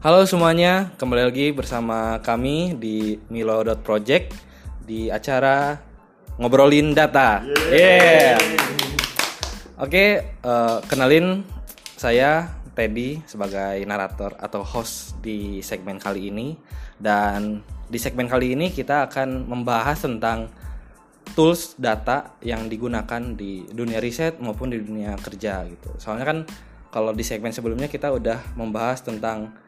Halo semuanya, kembali lagi bersama kami di Milo.project di acara Ngobrolin Data. Yeah. Oke, kenalin saya Teddy sebagai narator atau host di segmen kali ini. Dan di segmen kali ini kita akan membahas tentang tools data yang digunakan di dunia riset maupun di dunia kerja gitu. Soalnya kan kalau di segmen sebelumnya kita udah membahas tentang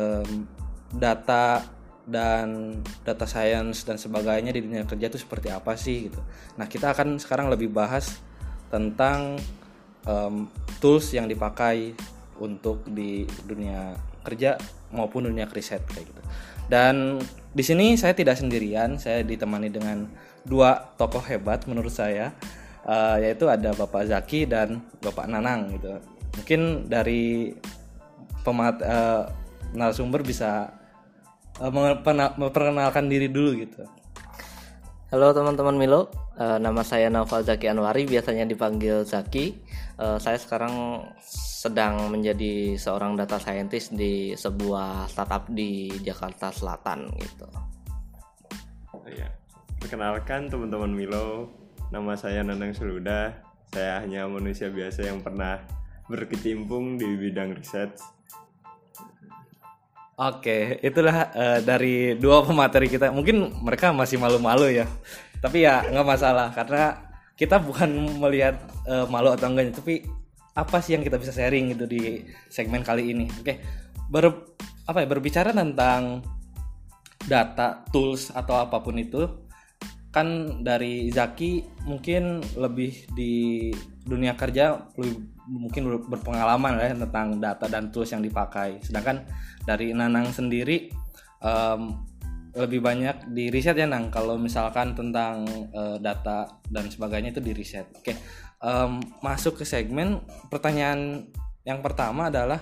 data dan data science dan sebagainya di dunia kerja itu seperti apa sih gitu. Nah, kita akan sekarang lebih bahas tentang tools yang dipakai untuk di dunia kerja maupun dunia riset kayak gitu. Dan di sini saya tidak sendirian, saya ditemani dengan dua tokoh hebat menurut saya, yaitu ada Bapak Zaki dan Bapak Nanang gitu. Mungkin dari narasumber bisa memperkenalkan diri dulu gitu. Halo teman-teman Milo, nama saya Naufal Zaki Anwari, biasanya dipanggil Zaki. Saya sekarang sedang menjadi seorang data scientist di sebuah startup di Jakarta Selatan gitu. Perkenalkan teman-teman Milo, nama saya Nanang Suluda. Saya hanya manusia biasa yang pernah berkecimpung di bidang riset. Oke, itulah dari dua pemateri kita. Mungkin mereka masih malu-malu ya, tapi ya nggak masalah karena kita bukan melihat malu atau enggaknya, tapi apa sih yang kita bisa sharing gitu di segmen kali ini. Oke, berbicara tentang data, tools atau apapun itu, kan dari Zaki mungkin lebih di dunia kerja mungkin berpengalaman ya tentang data dan tools yang dipakai. Sedangkan dari Nanang sendiri lebih banyak di riset ya Nang. Kalau misalkan tentang data dan sebagainya itu di riset. Oke, masuk ke segmen pertanyaan yang pertama adalah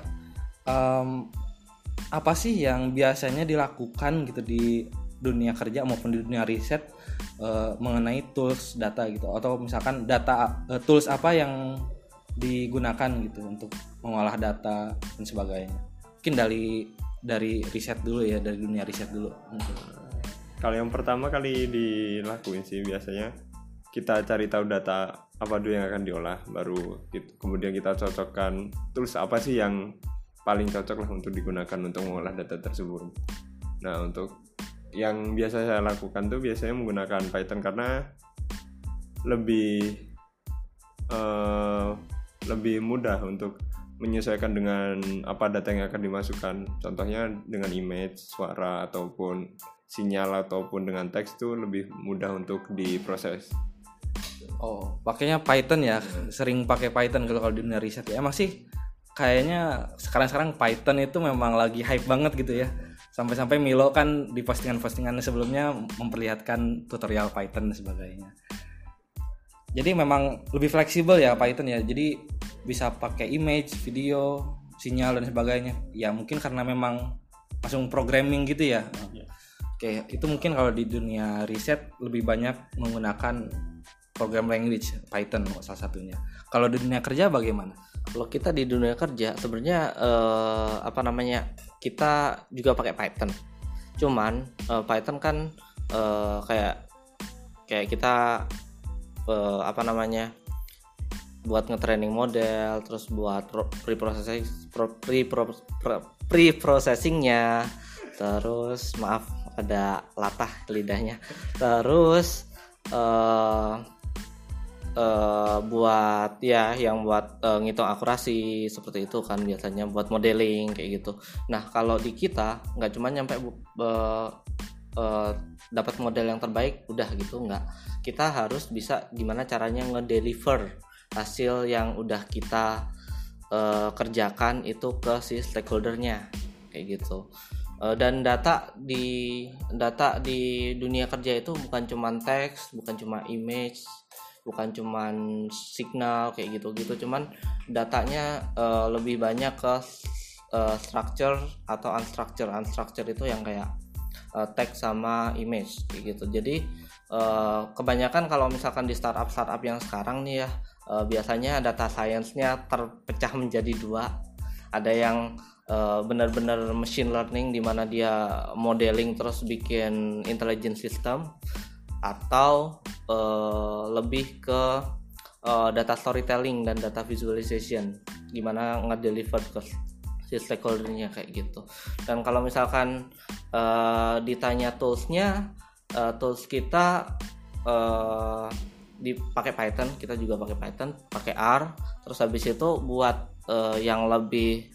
apa sih yang biasanya dilakukan gitu di dunia kerja maupun di dunia riset mengenai tools data gitu, atau misalkan data tools apa yang digunakan gitu untuk mengolah data dan sebagainya. Mungkin dari riset dulu ya, dari dunia riset dulu. Kalau yang pertama kali dilakuin sih biasanya kita cari tahu data apa dulu yang akan diolah, baru gitu. Kemudian kita cocokkan tools apa sih yang paling cocok lah untuk digunakan untuk mengolah data tersebut. Nah, untuk yang biasa saya lakukan tuh biasanya menggunakan Python karena lebih mudah untuk menyesuaikan dengan apa data yang akan dimasukkan. Contohnya dengan image, suara ataupun sinyal ataupun dengan teks tuh lebih mudah untuk diproses. Oh, pakainya Python ya. Sering pakai Python kalau di dunia riset ya. Emang sih kayaknya sekarang Python itu memang lagi hype banget gitu ya. Sampai-sampai Milo kan di postingan-postingannya sebelumnya memperlihatkan tutorial Python dan sebagainya. Jadi memang lebih fleksibel ya Python ya. Jadi bisa pakai image, video, sinyal dan sebagainya. Ya mungkin karena memang langsung programming gitu ya. Oke, itu mungkin kalau di dunia riset lebih banyak menggunakan program language Python salah satunya. Kalau di dunia kerja bagaimana? Kalau kita di dunia kerja sebenarnya kita juga pakai Python. Cuman Python kan kayak kita buat nge-training model, terus buat pre-processingnya, terus maaf ada latah lidahnya, terus buat ngitung akurasi seperti itu kan, biasanya buat modeling kayak gitu. Nah, kalau di kita nggak cuma nyampe dapat model yang terbaik udah gitu, nggak. Kita harus bisa gimana caranya ngedeliver hasil yang udah kita kerjakan itu ke si stakeholdernya kayak gitu. Dan data di dunia kerja itu bukan cuma teks, bukan cuma image, bukan cuman signal kayak gitu-gitu, cuman datanya lebih banyak ke structure atau unstructure. Unstructure itu yang kayak teks sama image kayak gitu. Jadi kebanyakan kalau misalkan di startup yang sekarang nih ya, biasanya data science-nya terpecah menjadi dua. Ada yang benar-benar machine learning di mana dia modeling terus bikin intelligent system, atau lebih ke data storytelling dan data visualization, gimana ngedeliver ke si stakeholdernya kayak gitu. Dan kalau misalkan ditanya toolsnya, tools kita dipakai Python, kita juga pakai Python, pakai R. Terus habis itu buat yang lebih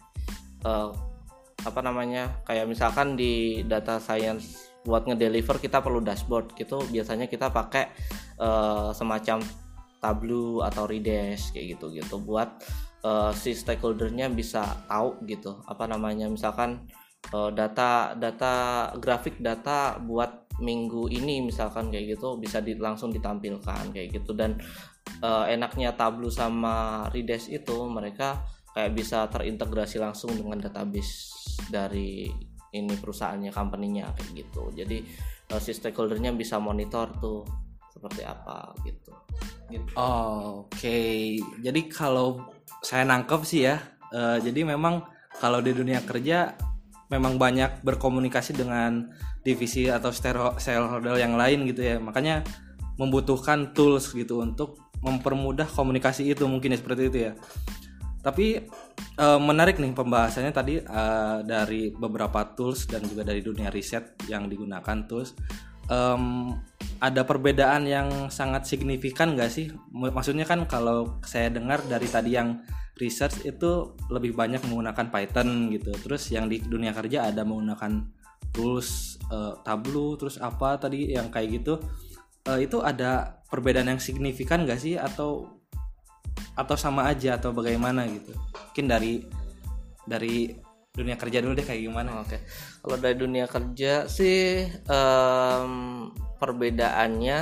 kayak misalkan di data science buat ngedeliver kita perlu dashboard gitu, biasanya kita pakai semacam Tableau atau Redash kayak gitu buat si stakeholdernya bisa tahu gitu misalkan data grafik data buat minggu ini misalkan kayak gitu bisa langsung ditampilkan kayak gitu. Dan enaknya Tableau sama Redash itu mereka kayak bisa terintegrasi langsung dengan database dari ini perusahaannya, company-nya kayak gitu. Jadi si stakeholdernya bisa monitor tuh seperti apa gitu. Oke. Jadi kalau saya nangkep sih ya, jadi memang kalau di dunia kerja memang banyak berkomunikasi dengan divisi atau stakeholder yang lain gitu ya. Makanya membutuhkan tools gitu untuk mempermudah komunikasi itu, mungkin ya seperti itu ya. Tapi menarik nih pembahasannya tadi dari beberapa tools dan juga dari dunia riset yang digunakan tools. Ada perbedaan yang sangat signifikan nggak sih? Maksudnya kan kalau saya dengar dari tadi yang research itu lebih banyak menggunakan Python gitu. Terus yang di dunia kerja ada menggunakan tools Tableau, terus apa tadi yang kayak gitu. Itu ada perbedaan yang signifikan nggak sih atau sama aja atau bagaimana gitu? Mungkin dari dunia kerja dulu deh kayak gimana? Oke. Kalau dari dunia kerja sih perbedaannya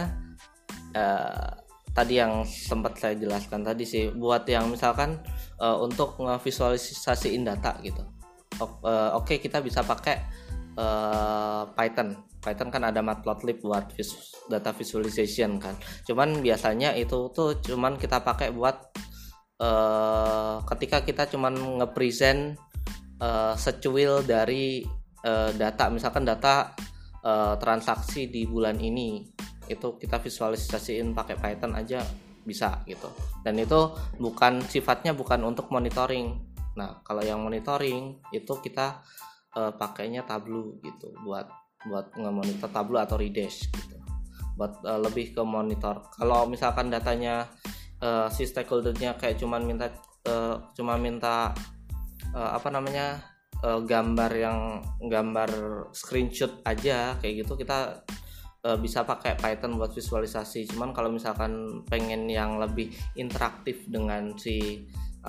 tadi yang sempat saya jelaskan tadi sih, buat yang misalkan untuk ngevisualisasiin data gitu. Oke, kita bisa pakai Python kan ada Matplotlib buat data visualization kan. Cuman biasanya itu tuh cuman kita pakai buat ketika kita cuman nge-present secuil dari data, misalkan data transaksi di bulan ini, itu kita visualisasiin pakai Python aja bisa gitu. Dan itu sifatnya bukan untuk monitoring. Nah, kalau yang monitoring itu kita pakainya Tableau gitu buat nge-monitor, Tableau atau Redash gitu. Buat lebih ke monitor. Kalau misalkan datanya si stakeholdernya kayak cuma minta gambar screenshot aja kayak gitu, kita bisa pakai Python buat visualisasi. Cuman kalau misalkan pengen yang lebih interaktif dengan si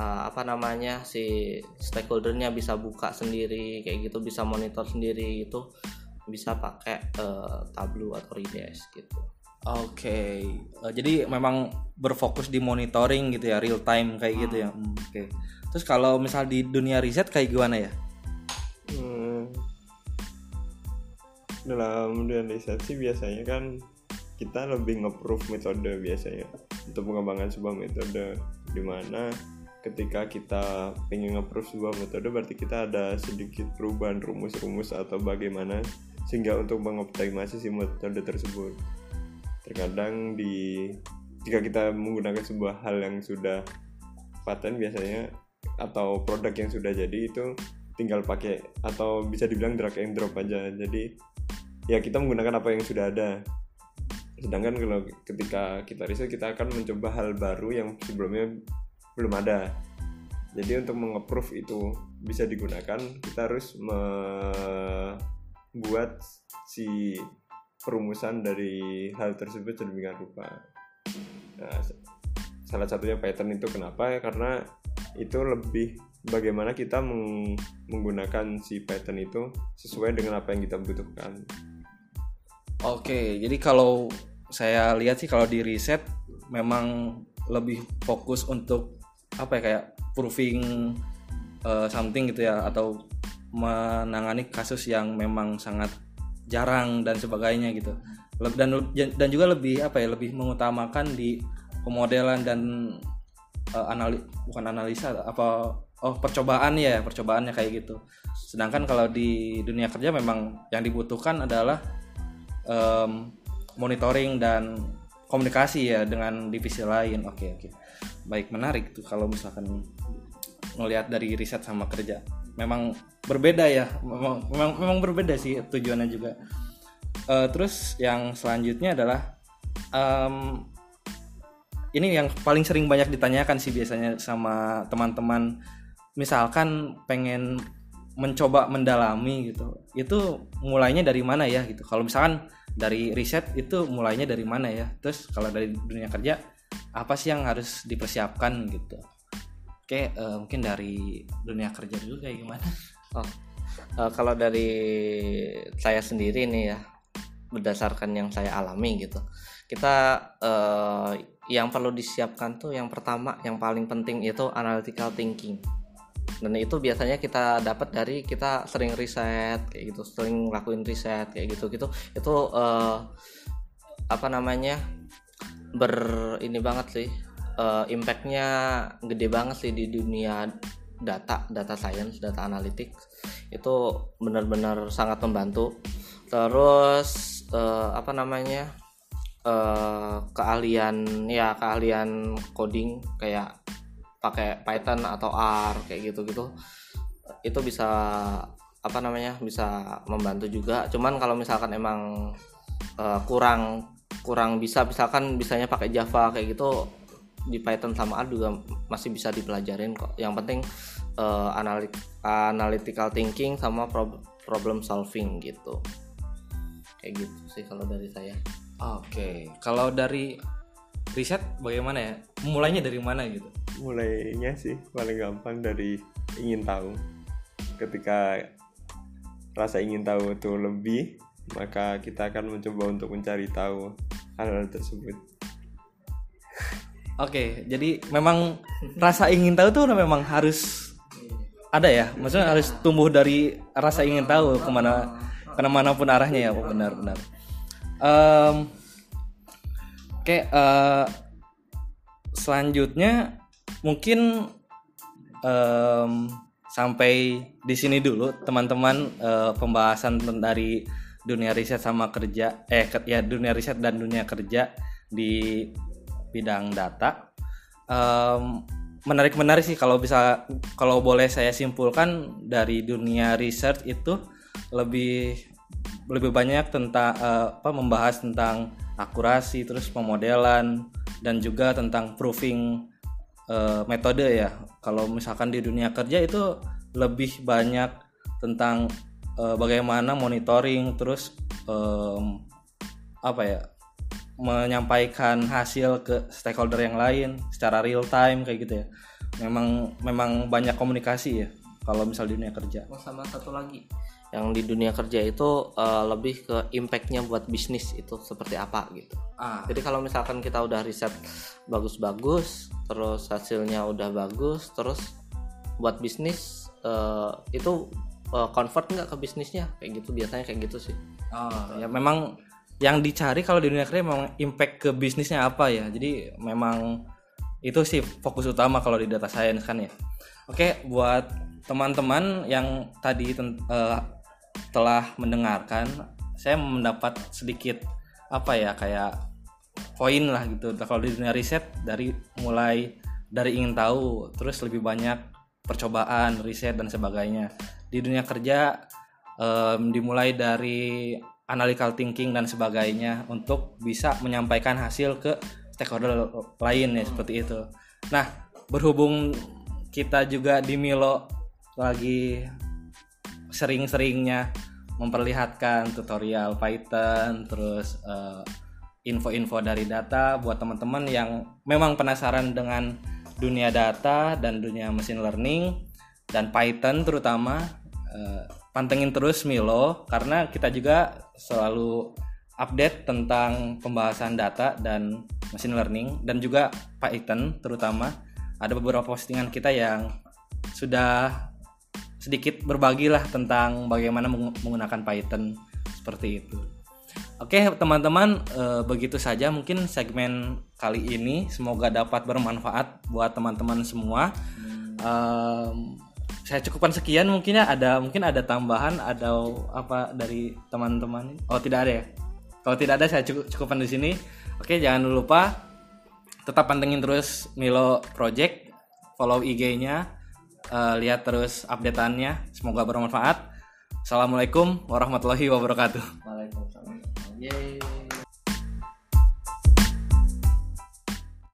stakeholdernya bisa buka sendiri kayak gitu, bisa monitor sendiri, itu bisa pakai Tableau atau Redash gitu. Oke. Jadi memang berfokus di monitoring gitu ya, real time kayak gitu ya. Oke. Terus kalau misal di dunia riset kayak gimana ya? Dalam dunia riset sih biasanya kan kita lebih nge-proof metode biasanya untuk pengembangan sebuah metode, di mana ketika kita pengen nge-proof sebuah metode berarti kita ada sedikit perubahan rumus-rumus atau bagaimana sehingga untuk mengoptimasi si metode tersebut. Terkadang jika kita menggunakan sebuah hal yang sudah paten biasanya atau produk yang sudah jadi, itu tinggal pakai atau bisa dibilang drag and drop aja. Jadi ya kita menggunakan apa yang sudah ada. Sedangkan kalau ketika kita riset, kita akan mencoba hal baru yang sebelumnya belum ada. Jadi untuk menge-proof itu bisa digunakan, kita harus membuat si perumusan dari hal tersebut sedemikian rupa. Nah, salah satunya Python itu kenapa ya? Karena itu lebih bagaimana kita menggunakan si Python itu sesuai dengan apa yang kita butuhkan. Oke, jadi kalau saya lihat sih kalau di riset memang lebih fokus untuk kayak proving something gitu ya, atau menangani kasus yang memang sangat jarang dan sebagainya gitu. Dan juga lebih lebih mengutamakan di pemodelan dan bukan analisa percobaannya kayak gitu. Sedangkan kalau di dunia kerja memang yang dibutuhkan adalah monitoring dan komunikasi ya dengan divisi lain. Oke. Baik, menarik tuh kalau misalkan ngelihat dari riset sama kerja. Memang berbeda ya. Memang berbeda sih tujuannya juga. Terus yang selanjutnya adalah ini yang paling sering banyak ditanyakan sih biasanya sama teman-teman. Misalkan pengen mencoba mendalami gitu, itu mulainya dari mana ya gitu. Kalau misalkan dari riset itu mulainya dari mana ya. Terus kalau dari dunia kerja apa sih yang harus dipersiapkan gitu. Oke, mungkin dari dunia kerja dulu kayak gimana? Kalau dari saya sendiri nih ya, berdasarkan yang saya alami gitu, kita yang perlu disiapkan tuh yang pertama, yang paling penting itu analytical thinking. Dan itu biasanya kita dapat dari kita sering riset kayak gitu, sering ngelakuin riset kayak gitu. Itu ini banget sih, impactnya gede banget sih di dunia data science, data analytics. Itu benar-benar sangat membantu. Terus keahlian coding kayak pakai Python atau R kayak gitu itu bisa bisa membantu juga. Cuman kalau misalkan emang kurang bisa, misalkan bisanya pakai Java kayak gitu, di Python sama R juga masih bisa dipelajarin kok. Yang penting analytical thinking sama problem solving gitu. Kayak gitu sih kalau dari saya. Oke. Kalau dari riset bagaimana ya? Mulainya dari mana gitu? Mulainya sih paling gampang dari ingin tahu. Ketika rasa ingin tahu itu lebih, maka kita akan mencoba untuk mencari tahu hal-hal tersebut. Oke, jadi memang rasa ingin tahu tuh memang harus ada ya? Maksudnya harus tumbuh dari rasa ingin tahu kemanapun arahnya ya. Benar-benar. Selanjutnya mungkin sampai di sini dulu teman-teman, pembahasan dari dunia riset sama kerja dunia riset dan dunia kerja di bidang data. Menarik sih kalau boleh saya simpulkan, dari dunia riset itu lebih banyak tentang membahas tentang akurasi, terus pemodelan, dan juga tentang proving metode ya. Kalau misalkan di dunia kerja itu lebih banyak tentang bagaimana monitoring, terus menyampaikan hasil ke stakeholder yang lain secara real time kayak gitu ya. Memang banyak komunikasi ya kalau misal di dunia kerja. Sama satu lagi, yang di dunia kerja itu lebih ke impactnya buat bisnis itu seperti apa gitu. Jadi kalau misalkan kita udah riset bagus-bagus, terus hasilnya udah bagus, terus buat bisnis itu convert nggak ke bisnisnya kayak gitu, biasanya kayak gitu sih. Ya memang yang dicari kalau di dunia kerja memang impact ke bisnisnya apa ya. Jadi memang itu sih fokus utama kalau di data science kan ya. Oke, buat teman-teman yang tadi telah mendengarkan, saya mendapat sedikit kayak poin lah gitu. Kalau di dunia riset mulai dari ingin tahu, terus lebih banyak percobaan, riset dan sebagainya. Di dunia kerja dimulai dari analytical thinking dan sebagainya untuk bisa menyampaikan hasil ke stakeholder lain ya, seperti itu. Nah, berhubung kita juga di Milo lagi sering-seringnya memperlihatkan tutorial Python, terus info-info dari data buat teman-teman yang memang penasaran dengan dunia data dan dunia machine learning dan Python terutama. Pantengin terus Milo karena kita juga selalu update tentang pembahasan data dan machine learning dan juga Python terutama. Ada beberapa postingan kita yang sudah sedikit berbagi lah tentang bagaimana menggunakan Python seperti itu. Oke teman-teman, begitu saja mungkin segmen kali ini. Semoga dapat bermanfaat buat teman-teman semua. Saya cukupkan sekian, mungkin ada tambahan atau apa dari teman-teman. Oh, tidak ada ya. Kalau tidak ada saya cukupkan di sini. Oke, jangan lupa tetap pantengin terus Milo Project, follow IG-nya, lihat terus update-annya. Semoga bermanfaat. Assalamualaikum warahmatullahi wabarakatuh.